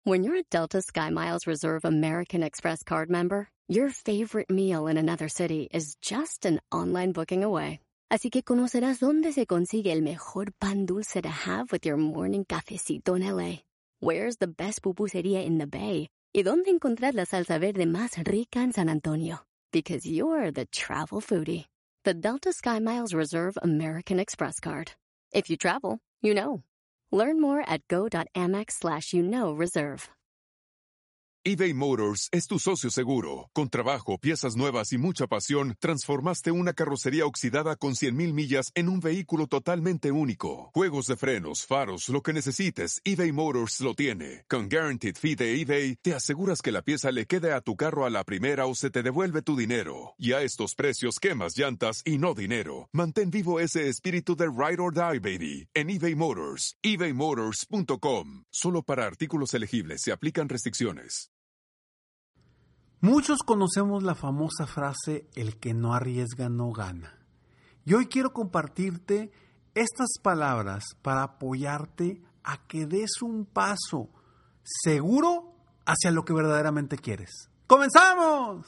When you're a Delta SkyMiles Reserve American Express card member, your favorite meal in another city is just an online booking away. Así que conocerás dónde se consigue el mejor pan dulce to have with your morning cafecito en LA. Where's the best pupusería in the Bay? Y dónde encontrar la salsa verde más rica en San Antonio. Because you're the travel foodie. The Delta SkyMiles Reserve American Express card. If you travel, you know. Learn more at go.amex/reserve. eBay Motors es tu socio seguro. Con trabajo, piezas nuevas y mucha pasión, transformaste una carrocería oxidada con 100,000 millas en un vehículo totalmente único. Juegos de frenos, faros, lo que necesites, eBay Motors lo tiene. Con Guaranteed Fee de eBay, te aseguras que la pieza le quede a tu carro a la primera o se te devuelve tu dinero. Y a estos precios, quemas llantas y no dinero. Mantén vivo ese espíritu de Ride or Die, baby, en eBay Motors. ebaymotors.com. Solo para artículos elegibles se aplican restricciones. Muchos conocemos la famosa frase, el que no arriesga no gana. Y hoy quiero compartirte estas palabras para apoyarte a que des un paso seguro hacia lo que verdaderamente quieres. ¡Comenzamos!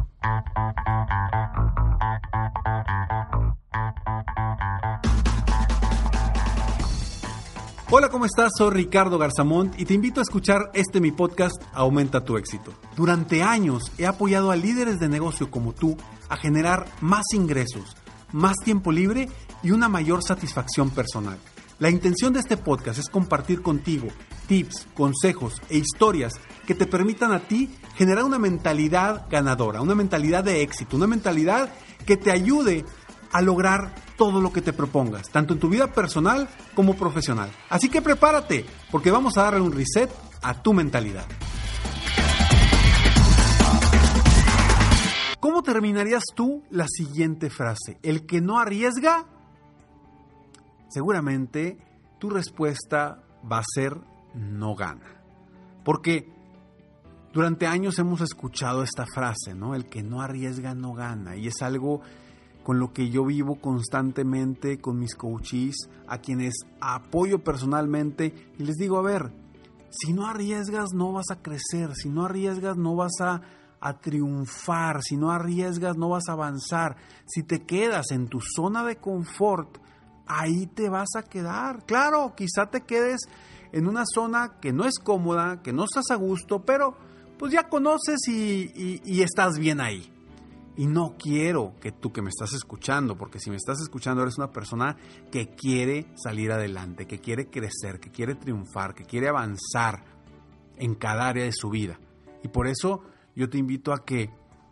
Hola, ¿cómo estás? Soy Ricardo Garzamont y te invito a escuchar mi podcast Aumenta tu éxito. Durante años he apoyado a líderes de negocio como tú a generar más ingresos, más tiempo libre y una mayor satisfacción personal. La intención de este podcast es compartir contigo tips, consejos e historias que te permitan a ti generar una mentalidad ganadora, una mentalidad de éxito, una mentalidad que te ayude a lograr todo lo que te propongas, tanto en tu vida personal como profesional. Así que prepárate, porque vamos a darle un reset a tu mentalidad. ¿Cómo terminarías tú la siguiente frase? ¿El que no arriesga? Seguramente tu respuesta va a ser no gana. Porque durante años hemos escuchado esta frase, ¿no? El que no arriesga no gana. Y es algo con lo que yo vivo constantemente con mis coaches, a quienes apoyo personalmente, y les digo, a ver, si no arriesgas no vas a crecer, si no arriesgas no vas a triunfar, si no arriesgas no vas a avanzar, si te quedas en tu zona de confort, ahí te vas a quedar. Claro, quizá te quedes en una zona que no es cómoda, que no estás a gusto, pero pues ya conoces y estás bien ahí. Y no quiero que tú que me estás escuchando, porque si me estás escuchando eres una persona que quiere salir adelante, que quiere crecer, que quiere triunfar, que quiere avanzar en cada área de su vida. Y por eso yo te invito a que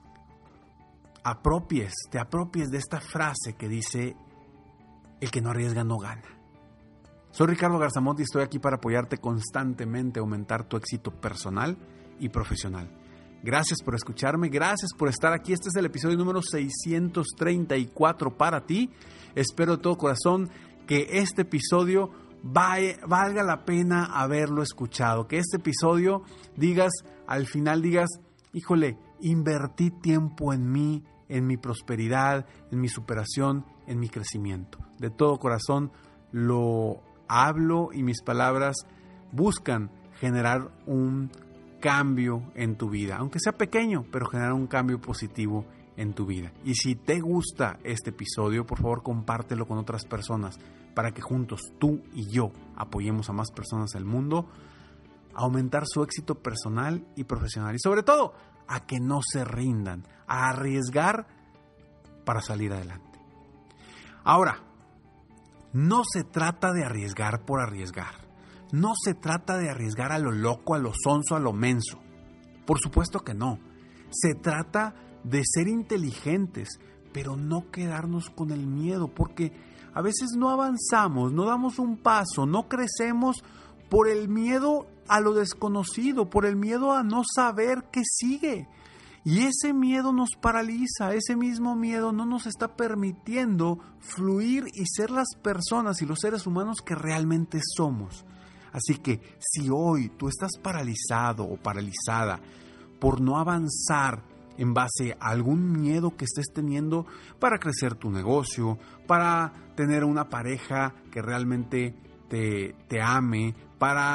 te apropies de esta frase que dice, el que no arriesga no gana. Soy Ricardo Garzamont y estoy aquí para apoyarte constantemente a aumentar tu éxito personal y profesional. Gracias por escucharme, gracias por estar aquí. Este es el episodio número 634 para ti. Espero de todo corazón que este episodio valga la pena haberlo escuchado. Que este episodio al final digas, híjole, invertí tiempo en mí, en mi prosperidad, en mi superación, en mi crecimiento. De todo corazón lo hablo y mis palabras buscan generar un cambio en tu vida, aunque sea pequeño, pero generar un cambio positivo en tu vida. Y si te gusta este episodio, por favor compártelo con otras personas para que juntos tú y yo apoyemos a más personas del mundo a aumentar su éxito personal y profesional y sobre todo a que no se rindan, a arriesgar para salir adelante. Ahora, no se trata de arriesgar por arriesgar. No se trata de arriesgar a lo loco, a lo sonso, a lo menso. Por supuesto que no. Se trata de ser inteligentes, pero no quedarnos con el miedo, porque a veces no avanzamos, no damos un paso, no crecemos por el miedo a lo desconocido, por el miedo a no saber qué sigue. Y ese miedo nos paraliza, ese mismo miedo no nos está permitiendo fluir y ser las personas y los seres humanos que realmente somos. Así que si hoy tú estás paralizado o paralizada por no avanzar en base a algún miedo que estés teniendo para crecer tu negocio, para tener una pareja que realmente te ame, para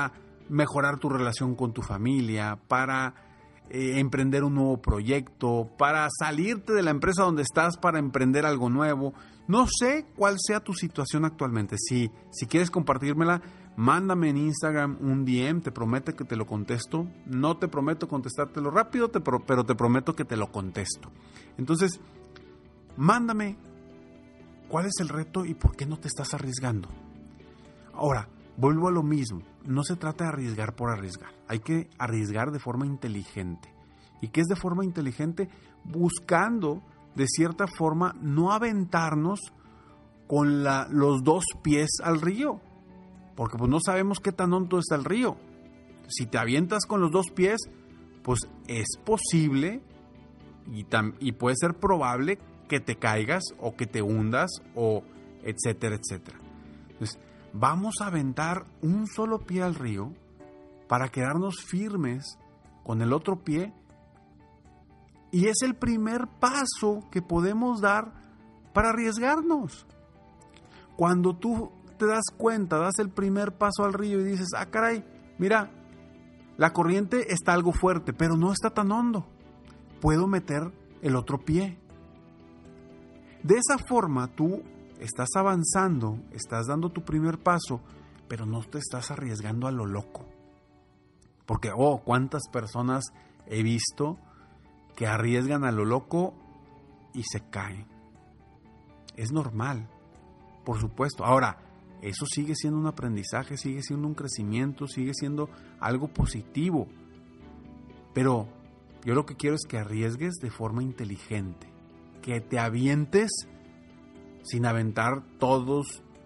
mejorar tu relación con tu familia, para emprender un nuevo proyecto, para salirte de la empresa donde estás para emprender algo nuevo. No sé cuál sea tu situación actualmente. Si quieres compartírmela, mándame en Instagram un DM, te prometo que te lo contesto. No te prometo contestártelo rápido, pero te prometo que te lo contesto. Entonces, mándame cuál es el reto y por qué no te estás arriesgando. Ahora, vuelvo a lo mismo. No se trata de arriesgar por arriesgar. Hay que arriesgar de forma inteligente. ¿Y qué es de forma inteligente? Buscando, de cierta forma, no aventarnos con los dos pies al río. Porque pues no sabemos qué tan hondo está el río. Si te avientas con los dos pies, pues es posible y puede ser probable que te caigas o que te hundas o etcétera, etcétera. Entonces, vamos a aventar un solo pie al río para quedarnos firmes con el otro pie, y es el primer paso que podemos dar para arriesgarnos. Cuando tú te das cuenta, das el primer paso al río y dices, caray, mira, la corriente está algo fuerte, pero no está tan hondo, puedo meter el otro pie. De esa forma tú estás avanzando, estás dando tu primer paso, pero no te estás arriesgando a lo loco. Porque, cuántas personas he visto que arriesgan a lo loco y se caen. Es normal, por supuesto. Ahora, eso sigue siendo un aprendizaje, sigue siendo un crecimiento, sigue siendo algo positivo. Pero yo lo que quiero es que arriesgues de forma inteligente, que te avientes sin aventar todo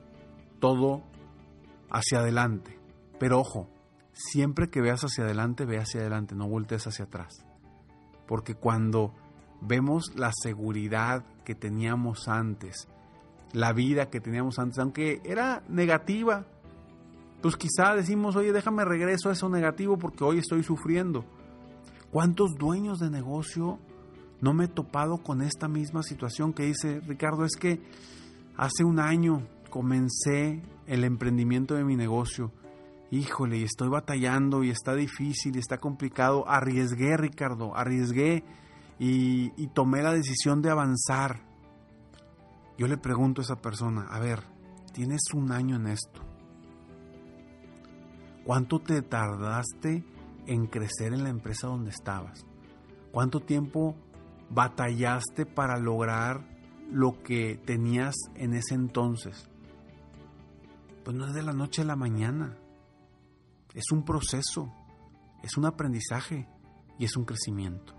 hacia adelante. Pero ojo, siempre que veas hacia adelante, ve hacia adelante, no voltees hacia atrás. Porque cuando vemos la seguridad que teníamos antes, la vida que teníamos antes, aunque era negativa, pues quizá decimos, oye, déjame regreso a eso negativo porque hoy estoy sufriendo. ¿Cuántos dueños de negocio no me he topado con esta misma situación que dice, Ricardo, es que hace un año comencé el emprendimiento de mi negocio, híjole, y estoy batallando y está difícil y está complicado, arriesgué, Ricardo, y tomé la decisión de avanzar. Yo le pregunto a esa persona, a ver, tienes un año en esto, ¿cuánto te tardaste en crecer en la empresa donde estabas? ¿Cuánto tiempo batallaste para lograr lo que tenías en ese entonces? Pues no es de la noche a la mañana. Es un proceso, es un aprendizaje y es un crecimiento.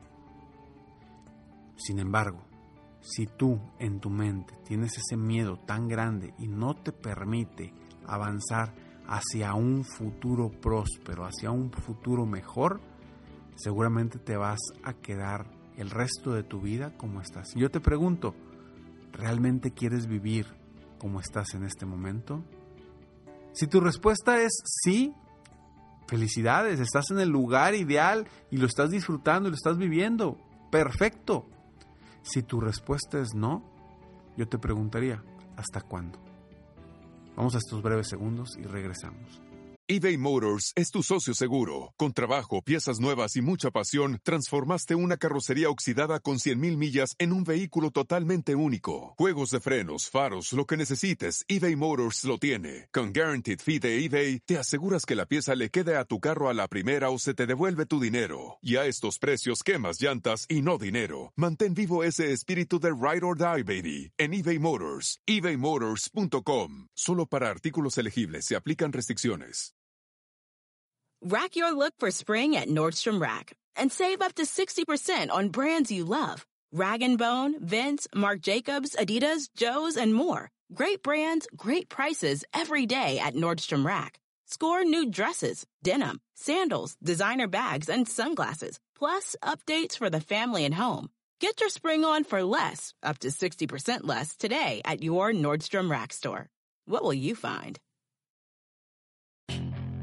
Sin embargo, si tú en tu mente tienes ese miedo tan grande y no te permite avanzar hacia un futuro próspero, hacia un futuro mejor, seguramente te vas a quedar el resto de tu vida como estás. Yo te pregunto, ¿realmente quieres vivir como estás en este momento? Si tu respuesta es sí, felicidades, estás en el lugar ideal y lo estás disfrutando y lo estás viviendo. Perfecto. Si tu respuesta es no, yo te preguntaría, ¿hasta cuándo? Vamos a estos breves segundos y regresamos. eBay Motors es tu socio seguro. Con trabajo, piezas nuevas y mucha pasión, transformaste una carrocería oxidada con 100,000 millas en un vehículo totalmente único. Juegos de frenos, faros, lo que necesites, eBay Motors lo tiene. Con Guaranteed Fee de eBay, te aseguras que la pieza le quede a tu carro a la primera o se te devuelve tu dinero. Y a estos precios, quemas llantas y no dinero. Mantén vivo ese espíritu de Ride or Die, baby, en eBay Motors. ebaymotors.com. Solo para artículos elegibles se aplican restricciones. Rack your look for spring at Nordstrom Rack and save up to 60% on brands you love. Rag & Bone, Vince, Marc Jacobs, Adidas, Joe's, and more. Great brands, great prices every day at Nordstrom Rack. Score new dresses, denim, sandals, designer bags, and sunglasses, plus updates for the family and home. Get your spring on for less, up to 60% less, today at your Nordstrom Rack store. What will you find?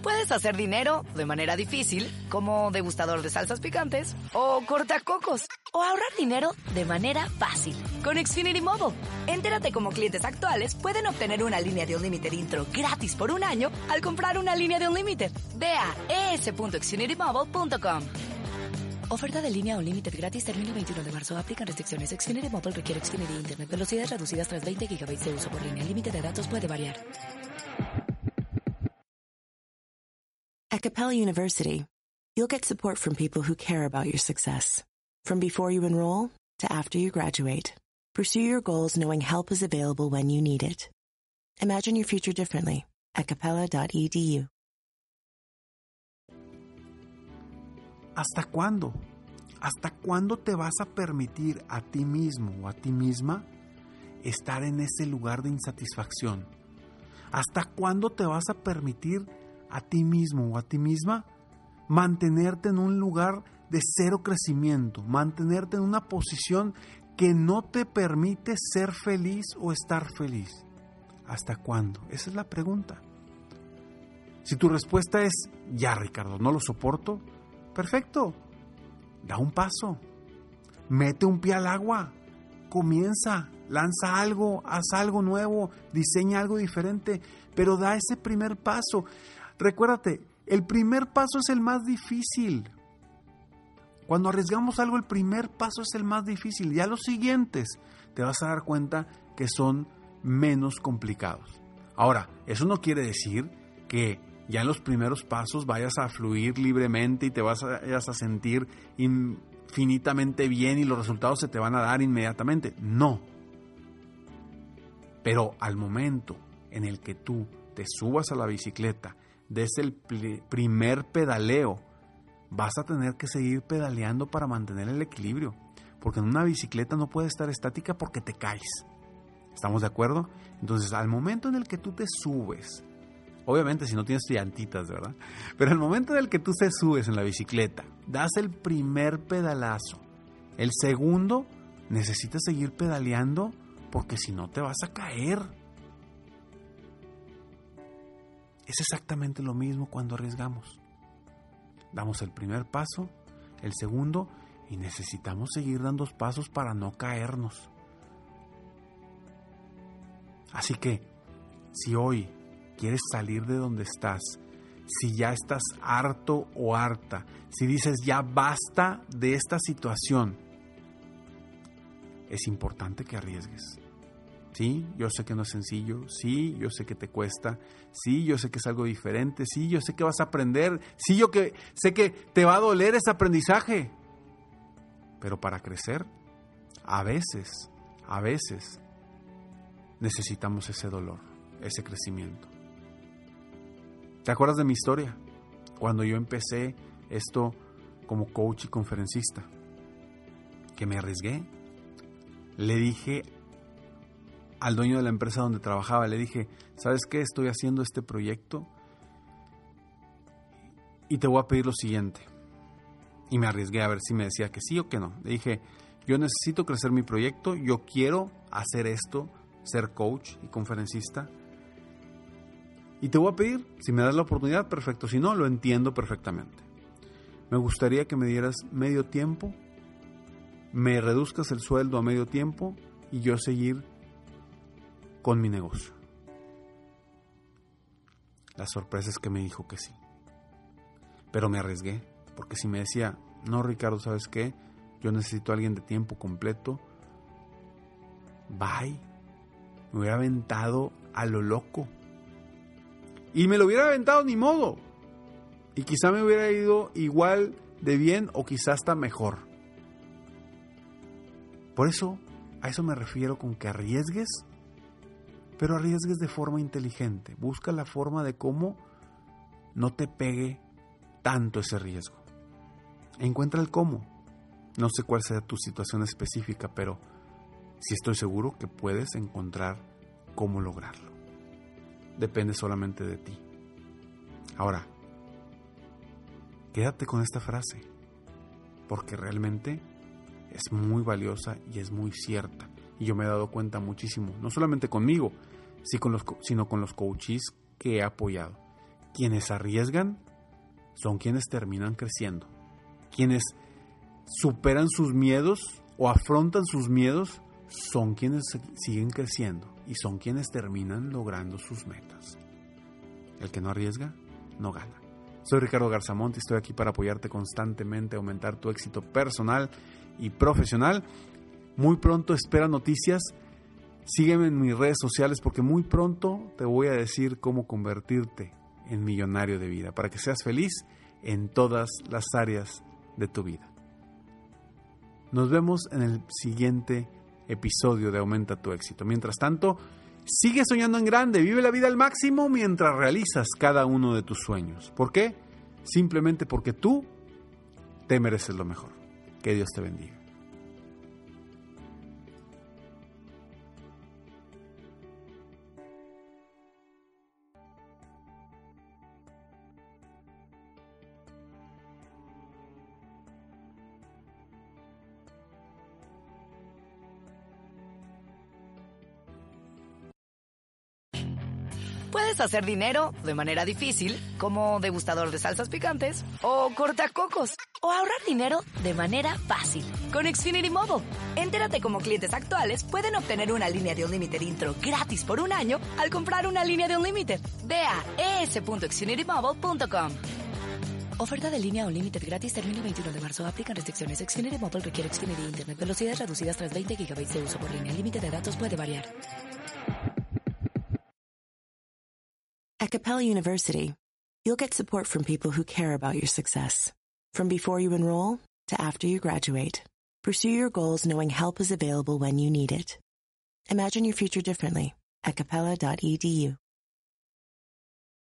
Puedes hacer dinero de manera difícil, como degustador de salsas picantes, o cortacocos, o ahorrar dinero de manera fácil con Xfinity Mobile. Entérate cómo clientes actuales pueden obtener una línea de Unlimited intro gratis por un año al comprar una línea de Unlimited. Ve a es.xfinitymobile.com. Oferta de línea Unlimited gratis termina el 21 de marzo. Aplican restricciones. Xfinity Mobile requiere Xfinity Internet. Velocidades reducidas tras 20 GB de uso por línea. El límite de datos puede variar. At Capella University, you'll get support from people who care about your success. From before you enroll to after you graduate, pursue your goals knowing help is available when you need it. Imagine your future differently at capella.edu. ¿Hasta cuándo? ¿Hasta cuándo te vas a permitir a ti mismo o a ti misma estar en ese lugar de insatisfacción? ¿Hasta cuándo te vas a permitir a ti mismo o a ti misma mantenerte en un lugar de cero crecimiento, mantenerte en una posición que no te permite ser feliz o estar feliz? ¿Hasta cuándo? Esa es la pregunta. Si tu respuesta es, ya Ricardo, no lo soporto, perfecto, da un paso, mete un pie al agua, comienza, lanza algo, haz algo nuevo, diseña algo diferente, pero da ese primer paso. Recuérdate, el primer paso es el más difícil. Cuando arriesgamos algo, el primer paso es el más difícil. Ya los siguientes te vas a dar cuenta que son menos complicados. Ahora, eso no quiere decir que ya en los primeros pasos vayas a fluir libremente y te vayas a sentir infinitamente bien y los resultados se te van a dar inmediatamente. No. Pero al momento en el que tú te subas a la bicicleta, des el primer pedaleo, vas a tener que seguir pedaleando para mantener el equilibrio. Porque en una bicicleta no puedes estar estática porque te caes. ¿Estamos de acuerdo? Entonces, al momento en el que tú te subes, obviamente si no tienes llantitas, ¿verdad? Pero el momento en el que tú te subes en la bicicleta, das el primer pedalazo. El segundo, necesitas seguir pedaleando porque si no te vas a caer. Es exactamente lo mismo cuando arriesgamos. Damos el primer paso, el segundo, y necesitamos seguir dando pasos para no caernos. Así que, si hoy quieres salir de donde estás, si ya estás harto o harta, si dices ya basta de esta situación, es importante que arriesgues. Sí, yo sé que no es sencillo, sí, yo sé que te cuesta, sí, yo sé que es algo diferente, sí, yo sé que vas a aprender, sí, sé que te va a doler ese aprendizaje. Pero para crecer, a veces, necesitamos ese dolor, ese crecimiento. ¿Te acuerdas de mi historia? Cuando yo empecé esto como coach y conferencista, que me arriesgué, le dije al dueño de la empresa donde trabajaba, le dije, ¿sabes qué? Estoy haciendo este proyecto y te voy a pedir lo siguiente. Y me arriesgué a ver si me decía que sí o que no. Le dije, yo necesito crecer mi proyecto, yo quiero hacer esto, ser coach y conferencista. Y te voy a pedir, si me das la oportunidad, perfecto. Si no, lo entiendo perfectamente. Me gustaría que me dieras medio tiempo, me reduzcas el sueldo a medio tiempo y yo seguir con mi negocio. La sorpresa es que me dijo que sí. Pero me arriesgué, porque si me decía, no Ricardo, ¿sabes qué? Yo necesito a alguien de tiempo completo. Bye. Me hubiera aventado a lo loco. Y me lo hubiera aventado ni modo. Y quizá me hubiera ido igual de bien o quizá hasta mejor. Por eso, a eso me refiero con que arriesgues, pero arriesgues de forma inteligente. Busca la forma de cómo no te pegue tanto ese riesgo. Encuentra el cómo. No sé cuál sea tu situación específica, pero sí estoy seguro que puedes encontrar cómo lograrlo. Depende solamente de ti. Ahora, quédate con esta frase, porque realmente es muy valiosa y es muy cierta. Y yo me he dado cuenta muchísimo, no solamente conmigo, sino con los coaches que he apoyado. Quienes arriesgan son quienes terminan creciendo. Quienes superan sus miedos o afrontan sus miedos son quienes siguen creciendo y son quienes terminan logrando sus metas. El que no arriesga, no gana. Soy Ricardo Garzamont y estoy aquí para apoyarte constantemente a aumentar tu éxito personal y profesional. Muy pronto espera noticias. Sígueme en mis redes sociales porque muy pronto te voy a decir cómo convertirte en millonario de vida para que seas feliz en todas las áreas de tu vida. Nos vemos en el siguiente episodio de Aumenta tu éxito. Mientras tanto, sigue soñando en grande, vive la vida al máximo mientras realizas cada uno de tus sueños. ¿Por qué? Simplemente porque tú te mereces lo mejor. Que Dios te bendiga. Puedes hacer dinero de manera difícil, como degustador de salsas picantes, o cortacocos, o ahorrar dinero de manera fácil con Xfinity Mobile. Entérate cómo clientes actuales pueden obtener una línea de Unlimited intro gratis por un año al comprar una línea de Unlimited. Ve a es.xfinitymobile.com. Oferta de línea Unlimited gratis termina el 21 de marzo. Aplican restricciones. Xfinity Mobile requiere Xfinity Internet. Velocidades reducidas tras 20 GB de uso por línea. El límite de datos puede variar. At Capella University, you'll get support from people who care about your success. From before you enroll to after you graduate, pursue your goals knowing help is available when you need it. Imagine your future differently at capella.edu.